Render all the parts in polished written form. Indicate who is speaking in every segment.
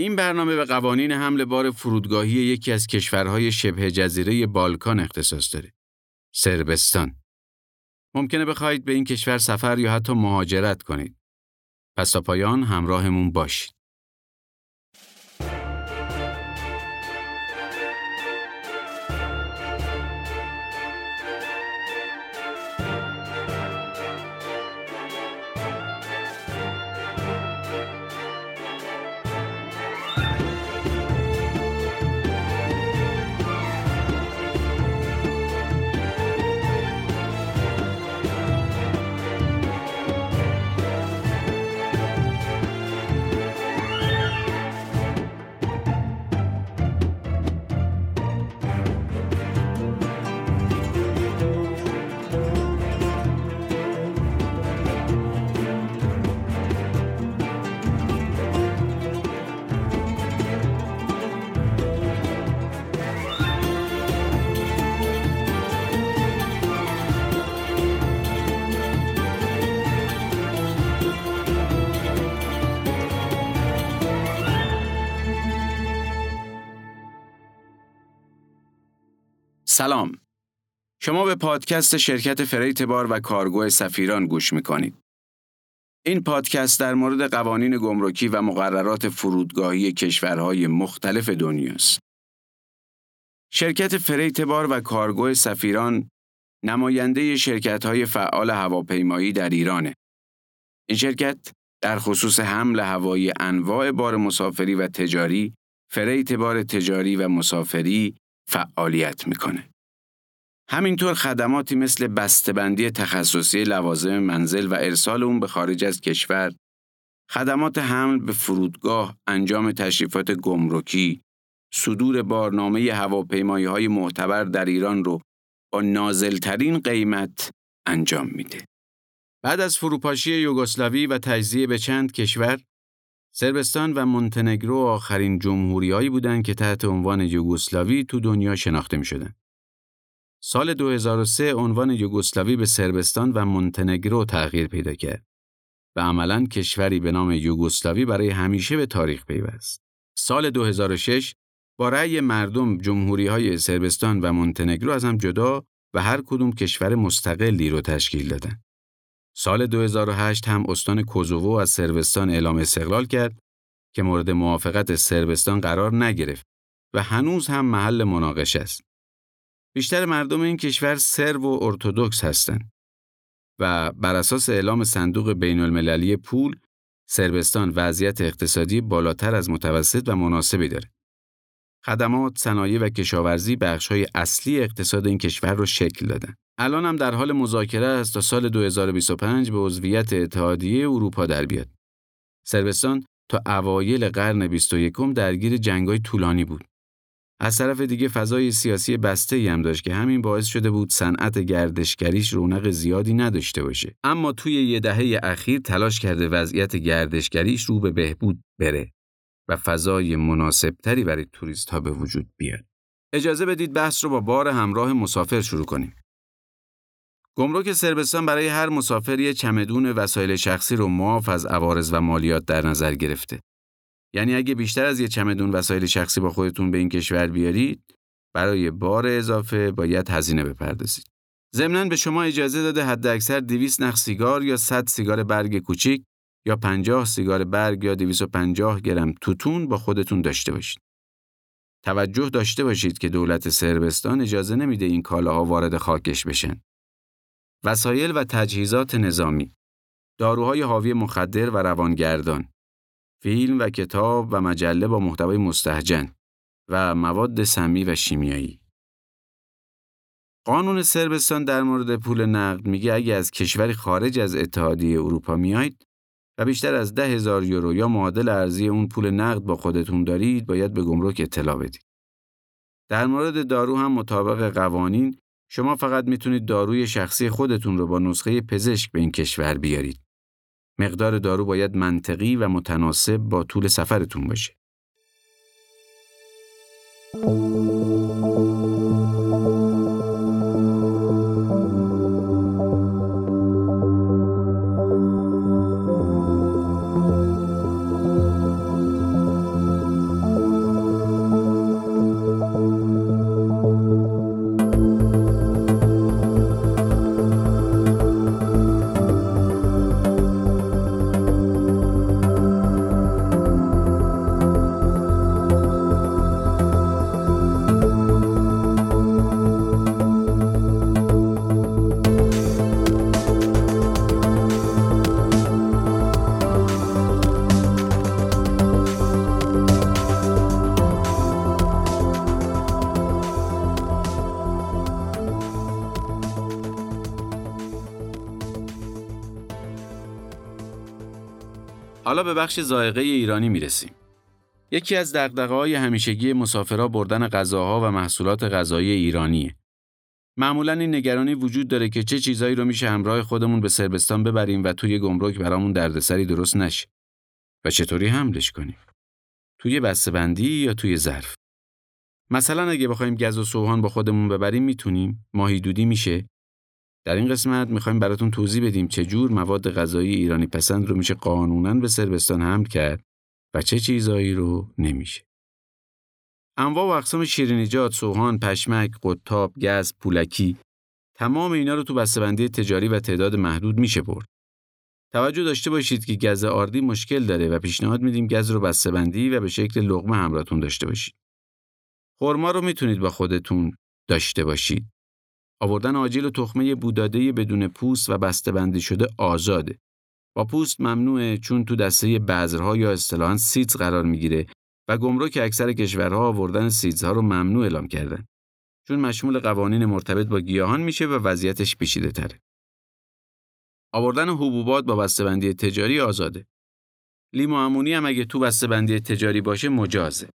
Speaker 1: این برنامه به قوانین حمل بار فرودگاهی یکی از کشورهای شبه جزیره بالکان اختصاص داره. صربستان. ممکنه بخواید به این کشور سفر یا حتی مهاجرت کنید. پس تا پایان همراهمون باشید. سلام. شما به پادکست شرکت فریت بار و کارگو سفیران گوش میکنید. این پادکست در مورد قوانین گمرکی و مقررات فرودگاهی کشورهای مختلف دنیاست. شرکت فریت بار و کارگو سفیران نماینده شرکت‌های فعال هواپیمایی در ایرانه. این شرکت در خصوص حمل هوایی انواع بار مسافری و تجاری، فریت بار تجاری و مسافری فعالیت میکنه. همینطور خدماتی مثل بسته‌بندی تخصصی لوازم منزل و ارسال اون به خارج از کشور، خدمات حمل به فرودگاه، انجام تشریفات گمرکی، صدور بارنامه هواپیمایی‌های معتبر در ایران رو با نازل‌ترین قیمت انجام میده. بعد از فروپاشی یوگسلاوی و تجزیه به چند کشور، صربستان و مونتنگرو آخرین جمهوری‌هایی بودند که تحت عنوان یوگسلاوی تو دنیا شناخته می‌شدند. سال 2003 عنوان یوگسلاوی به صربستان و مونتنگرو تغییر پیدا کرد و عملاً کشوری به نام یوگسلاوی برای همیشه به تاریخ پیوست. سال 2006 با رأی مردم جمهوری‌های صربستان و مونتنگرو از هم جدا و هر کدوم کشور مستقلی رو تشکیل دادند. سال 2008 هم استان کوزوو از صربستان اعلام استقلال کرد که مورد موافقت صربستان قرار نگرفت و هنوز هم محل مناقشه است. بیشتر مردم این کشور سرب و ارتدوکس هستند و بر اساس اعلام صندوق بین‌المللی پول، صربستان وضعیت اقتصادی بالاتر از متوسط و مناسبی داره. خدمات، صنایع و کشاورزی بخش‌های اصلی اقتصاد این کشور رو شکل دادن. الان هم در حال مذاکره است تا سال 2025 به عضویت اتحادیه اروپا در بیاد. صربستان تا اوایل قرن 21 درگیر جنگ‌های طولانی بود. از طرف دیگه فضای سیاسی بسته‌ای هم داشت که همین باعث شده بود صنعت گردشگریش رونق زیادی نداشته باشه. اما توی یه دهه اخیر تلاش کرده وضعیت گردشگریش رو به بهبود بره و فضای مناسبتری برای توریست‌ها به وجود بیاد. اجازه بدید بحث رو با بار همراه مسافر شروع کنیم. گمرک صربستان برای هر مسافر یه چمدون وسایل شخصی رو معاف از عوارض و مالیات در نظر گرفته. یعنی اگه بیشتر از یه چمدون وسایل شخصی با خودتون به این کشور بیارید، برای بار اضافه باید هزینه بپردازید. ضمناً به شما اجازه داده حداکثر 200 نخ سیگار یا 100 سیگار برگ کوچیک یا 50 سیگار برگ یا 250 گرم توتون با خودتون داشته باشید. توجه داشته باشید که دولت صربستان اجازه نمیده این کالاها وارد خاکش بشن. وسایل و تجهیزات نظامی، داروهای حاوی مخدر و روانگردان، فیلم و کتاب و مجله با محتوای مستهجن و مواد سمی و شیمیایی. قانون صربستان در مورد پول نقد میگه اگه از کشوری خارج از اتحادیه اروپا میایید و بیشتر از 10,000 یورو یا معادل ارزی اون پول نقد با خودتون دارید، باید به گمرک اطلاع بدید. در مورد دارو هم مطابق قوانین شما فقط میتونید داروی شخصی خودتون رو با نسخه پزشک به این کشور بیارید. مقدار دارو باید منطقی و متناسب با طول سفرتون باشه. حالا به بخش ذائقه ایرانی میرسیم. یکی از دغدغه‌های همیشگی مسافرها بردن غذاها و محصولات غذایی ایرانیه. معمولاً این نگرانی وجود داره که چه چیزایی رو میشه همراه خودمون به صربستان ببریم و توی گمرک برامون دردسری درست نشه. و چطوری حملش کنیم؟ توی بسته‌بندی یا توی ظرف؟ مثلا اگه بخوایم گز و سوهان با خودمون ببریم میتونیم؟ ماهی دودی میشه؟ در این قسمت میخوایم براتون توضیح بدیم چجور مواد غذایی ایرانی پسند رو میشه قانوناً به صربستان حمل کرد و چه چیزایی رو نمیشه. انواع و اقسام شیرینیجات، سوهان، پشمک، قطاب، گز، پولکی، تمام اینا رو تو بسته‌بندی تجاری و تعداد محدود میشه برد. توجه داشته باشید که گز آردی مشکل داره و پیشنهاد میدیم گز رو بسته‌بندی و به شکل لقمه همراهتون داشته باشید. خرما رو میتونید با خودتون داشته باشید. آوردن آجیل و تخمه بوداده بدون پوست و بسته‌بندی شده آزاده. با پوست ممنوعه چون تو دسته بذرها یا اصطلاحاً سیدز قرار میگیره و گمرک اکثر کشورها آوردن سیدزها رو ممنوع اعلام کردن. چون مشمول قوانین مرتبط با گیاهان میشه و وضعیتش پیچیده‌تره. آوردن حبوبات با بسته‌بندی تجاری آزاده. لیمو عمونی هم اگه تو بسته‌بندی تجاری باشه مجازه.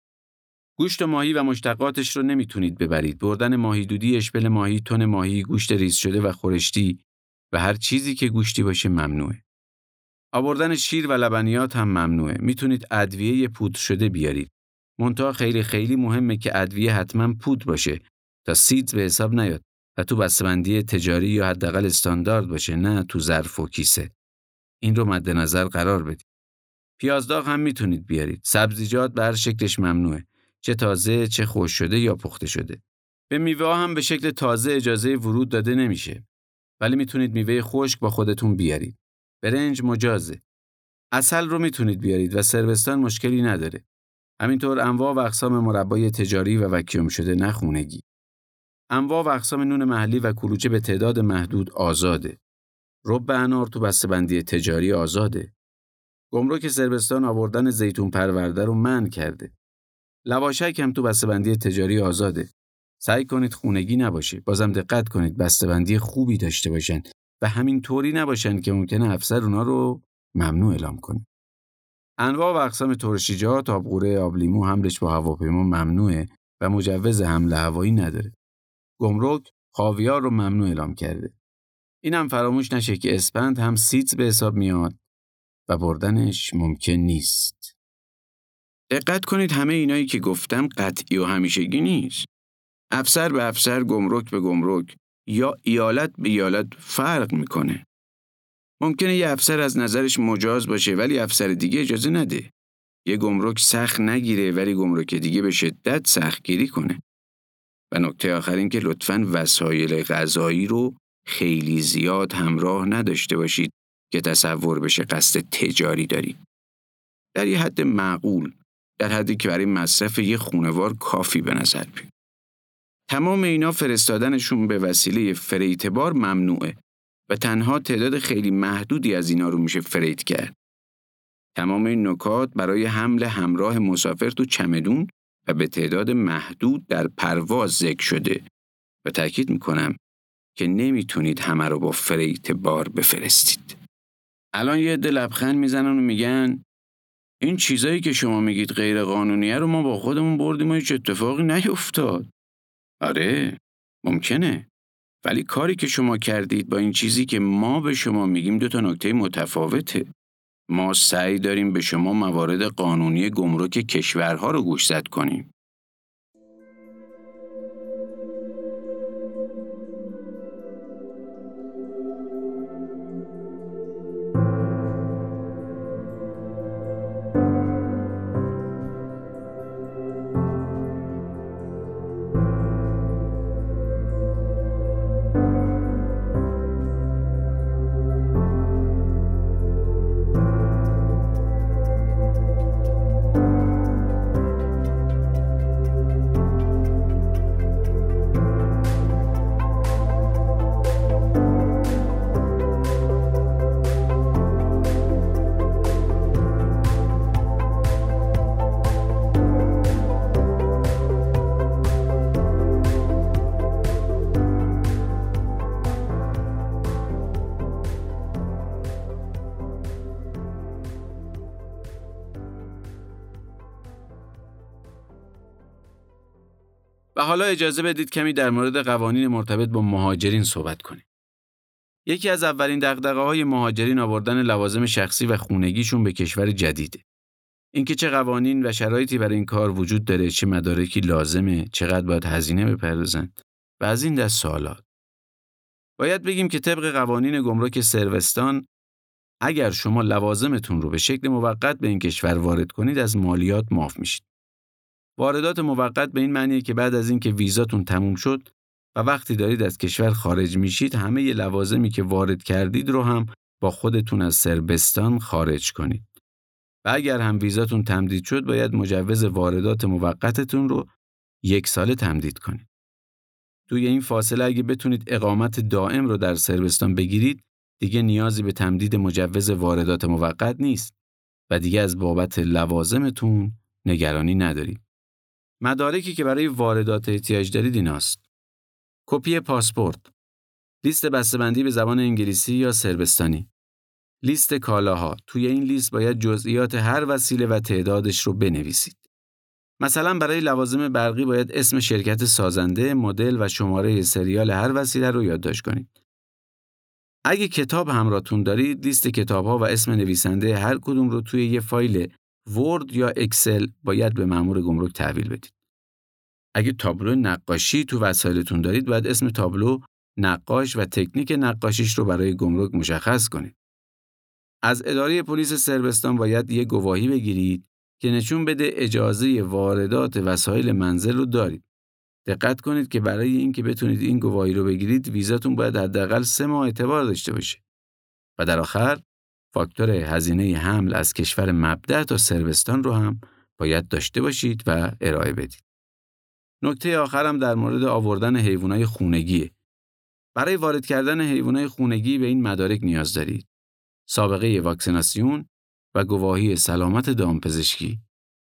Speaker 1: گوشت ماهی و مشتقاتش رو نمیتونید ببرید. بردن ماهی دودی، اشپل ماهی، تن ماهی، گوشت ریز شده و خورشتی و هر چیزی که گوشتی باشه ممنوعه. آوردن شیر و لبنیات هم ممنوعه. میتونید ادویه پودر شده بیارید. منتها خیلی مهمه که ادویه حتما پودر باشه تا سیدز به حساب نیاد و تو بسته‌بندی تجاری یا حداقل استاندارد باشه، نه تو ظرف و کیسه. این رو مد نظر قرار بدید. پیاز داغ هم میتونید بیارید. سبزیجات به هر شکلش ممنوعه. چه تازه، چه خشک شده یا پخته شده. به میوه هم به شکل تازه اجازه ورود داده نمیشه. ولی میتونید میوه خشک با خودتون بیارید. برنج مجازه. عسل رو میتونید بیارید و صربستان مشکلی نداره. همینطور انواع و اقسام مربای تجاری و وکیوم شده نه خونگی. انواع و اقسام نون محلی و کلوچه به تعداد محدود آزاده. رب انار تو بسته‌بندی تجاری آزاده. گمرک صربستان آوردن زیتون پرورده رو منع کرده. لواشک هم تو بسته‌بندی تجاری آزاده. سعی کنید خونگی نباشه. بازم دقت کنید بسته‌بندی خوبی داشته باشن و همین طوری نباشن که ممکنه افسر اونا رو ممنوع اعلام کنه. انواع و اقسام ترشیجات، آبقوره، آبلیمو حملش با هواپیما ممنوعه و مجوز حمل هوایی نداره. گمرک خاویار رو ممنوع اعلام کرده. اینم فراموش نشه که اسپند هم سیدز به حساب میاد و بردنش ممکن نیست. دقت کنید همه اینایی که گفتم قطعی و همیشگی نیست. افسر به افسر، گمرک به گمرک یا ایالت به ایالت فرق میکنه. ممکنه یه افسر از نظرش مجاز باشه ولی افسر دیگه اجازه نده. یه گمرک سخت نگیره ولی گمرک دیگه به شدت سختگیری کنه. و نکته آخر این که لطفاً وسایل غذایی رو خیلی زیاد همراه نداشته باشید که تصور بشه قصد تجاری دارید. در یه حد معقول، در حدی که برای مصرف یه خانوار کافی به نظر بیاد. تمام اینا فرستادنشون به وسیله فریت بار ممنوعه و تنها تعداد خیلی محدودی از اینا رو میشه فریت کرد. تمام این نکات برای حمل همراه مسافر تو چمدون و به تعداد محدود در پرواز ذکر شده و تاکید میکنم که نمیتونید همه رو با فریت بار بفرستید. الان یه عده لبخند میزنن و میگن این چیزایی که شما میگید غیر قانونیه رو ما با خودمون بردیم و هیچ اتفاقی نیفتاد. آره، ممکنه. ولی کاری که شما کردید با این چیزی که ما به شما میگیم دو تا نکته متفاوته. ما سعی داریم به شما موارد قانونی گمرک کشورها رو گوشزد کنیم. و حالا اجازه بدید کمی در مورد قوانین مرتبط با مهاجرین صحبت کنیم. یکی از اولین دغدغه‌های مهاجرین آوردن لوازم شخصی و خونگیشون به کشور جدیده. اینکه چه قوانین و شرایطی برای این کار وجود داره، چه مدارکی لازمه، چقدر باید هزینه بپردازن و از این دست سوالات. باید بگیم که طبق قوانین گمرک صربستان اگر شما لوازمتون رو به شکل موقت به این کشور وارد کنید از مالیات معاف میشید. واردات موقت به این معنیه که بعد از اینکه ویزاتون تموم شد و وقتی دارید از کشور خارج میشید همه ی لوازمی که وارد کردید رو هم با خودتون از صربستان خارج کنید. و اگر هم ویزاتون تمدید شد باید مجوز واردات موقتتون رو 1 ساله تمدید کنید. توی این فاصله اگه بتونید اقامت دائم رو در صربستان بگیرید دیگه نیازی به تمدید مجوز واردات موقت نیست و دیگه از بابت لوازمتون نگرانی ندارید. مدارکی که برای واردات احتیاج دارید ایناست: کپی پاسپورت، لیست بسته‌بندی به زبان انگلیسی یا صربستانی، لیست کالاها. توی این لیست باید جزئیات هر وسیله و تعدادش رو بنویسید. مثلا برای لوازم برقی باید اسم شرکت سازنده، مدل و شماره سریال هر وسیله رو یادداشت کنید. اگه کتاب همراهتون دارید، لیست کتاب‌ها و اسم نویسنده هر کدوم رو توی یه فایل ورد یا اکسل باید به مأمور گمرک تحویل بدید. اگه تابلو نقاشی تو وسایلتون دارید، باید اسم تابلو، نقاش و تکنیک نقاشیش رو برای گمرک مشخص کنید. از اداره پلیس صربستان باید یه گواهی بگیرید که نشون بده اجازه واردات وسایل منزل رو دارید. دقت کنید که برای اینکه بتونید این گواهی رو بگیرید، ویزاتون باید حداقل 3 ماه اعتبار داشته باشه. و در آخر، فاکتور هزینه حمل از کشور مبدأ تا صربستان رو هم باید داشته باشید و ارائه بدید. نکته آخرم در مورد آوردن حیوانات خونگیه. برای وارد کردن حیوانات خونگی به این مدارک نیاز دارید: سابقه واکسیناسیون و گواهی سلامت دامپزشکی.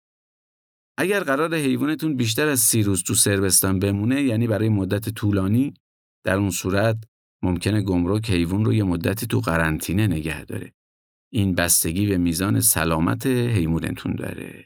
Speaker 1: اگر قرار حیوانتون بیشتر از 30 روز تو صربستان بمونه، یعنی برای مدت طولانی، در اون صورت ممکنه گمرک حیوان رو یه مدتی تو قرنطینه نگه داره. این بستگی به میزان سلامت حیوانتون داره.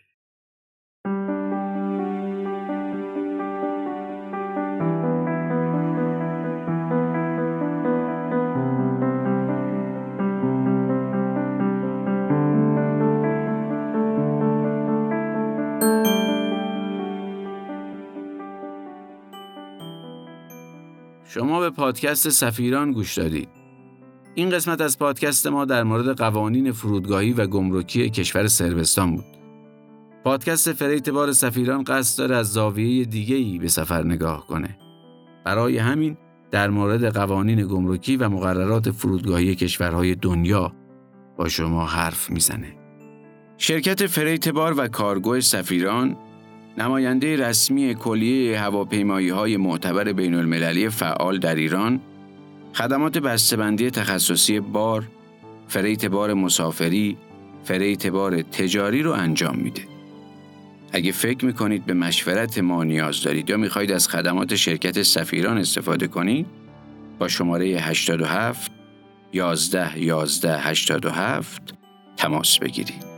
Speaker 1: شما به پادکست سفیران گوش دادید. این قسمت از پادکست ما در مورد قوانین فرودگاهی و گمرکی کشور صربستان بود. پادکست فریت بار سفیران قصد داره از زاویه دیگه‌ای به سفر نگاه کنه. برای همین در مورد قوانین گمرکی و مقررات فرودگاهی کشورهای دنیا با شما حرف میزنه. شرکت فریت بار و کارگو سفیران نماینده رسمی کلیه هواپیمایی‌های معتبر بین‌المللی فعال در ایران، خدمات بسته‌بندی تخصصی بار، فریت بار مسافری، فریت بار تجاری رو انجام میده. اگه فکر میکنید به مشورت ما نیاز دارید یا میخواید از خدمات شرکت سفیران استفاده کنید، با شماره 87 11 11 87 تماس بگیرید.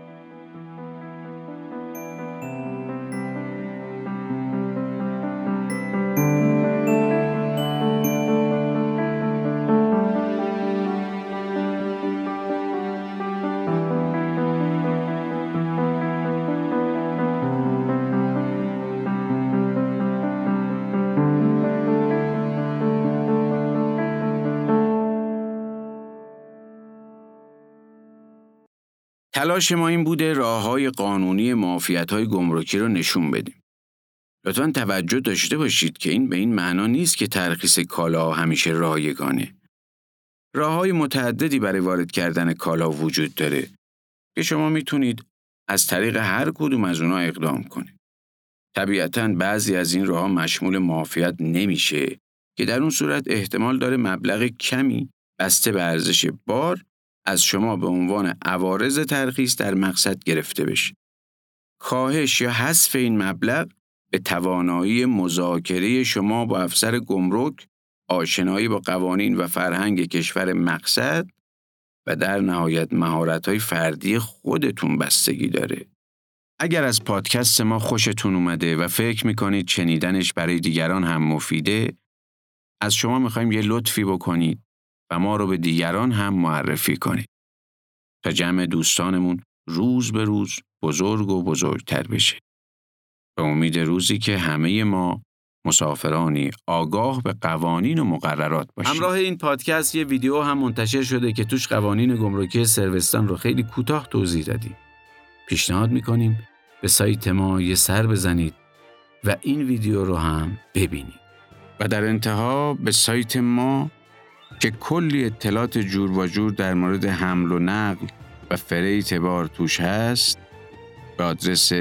Speaker 1: تلاش ما این بوده راه‌های قانونی معافیت‌های گمرکی رو نشون بدیم. لطفاً توجه داشته باشید که این به این معنا نیست که ترخیص کالا همیشه رایگانه. راه‌های متعددی برای وارد کردن کالا وجود داره که شما میتونید از طریق هر کدوم از اونها اقدام کنید. طبیعتاً بعضی از این راه‌ها مشمول معافیت نمیشه که در اون صورت احتمال داره مبلغ کمی بسته به ارزش بار از شما به عنوان عوارض ترخیص در مقصد گرفته بشه. کاهش یا حذف این مبلغ به توانایی مذاکره شما با افسر گمرک، آشنایی با قوانین و فرهنگ کشور مقصد و در نهایت مهارت‌های فردی خودتون بستگی داره. اگر از پادکست ما خوشتون اومده و فکر میکنید شنیدنش برای دیگران هم مفیده، از شما میخوایم یه لطفی بکنید و ما رو به دیگران هم معرفی کنید تا جمع دوستانمون روز به روز بزرگ و بزرگتر بشه. به امید روزی که همه ما مسافرانی آگاه به قوانین و مقررات باشیم. همراه این پادکست یه ویدیو هم منتشر شده که توش قوانین گمرکی صربستان رو خیلی کوتاه توضیح دادیم. پیشنهاد میکنیم به سایت ما یه سر بزنید و این ویدیو رو هم ببینید. و در انتها به سایت ما که کلی اطلاعات جور و جور در مورد حمل و نقل و فریت بار توش هست، به آدرس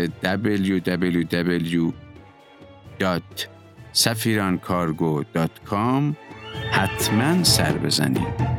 Speaker 1: www.safirancargo.com حتما سر بزنید.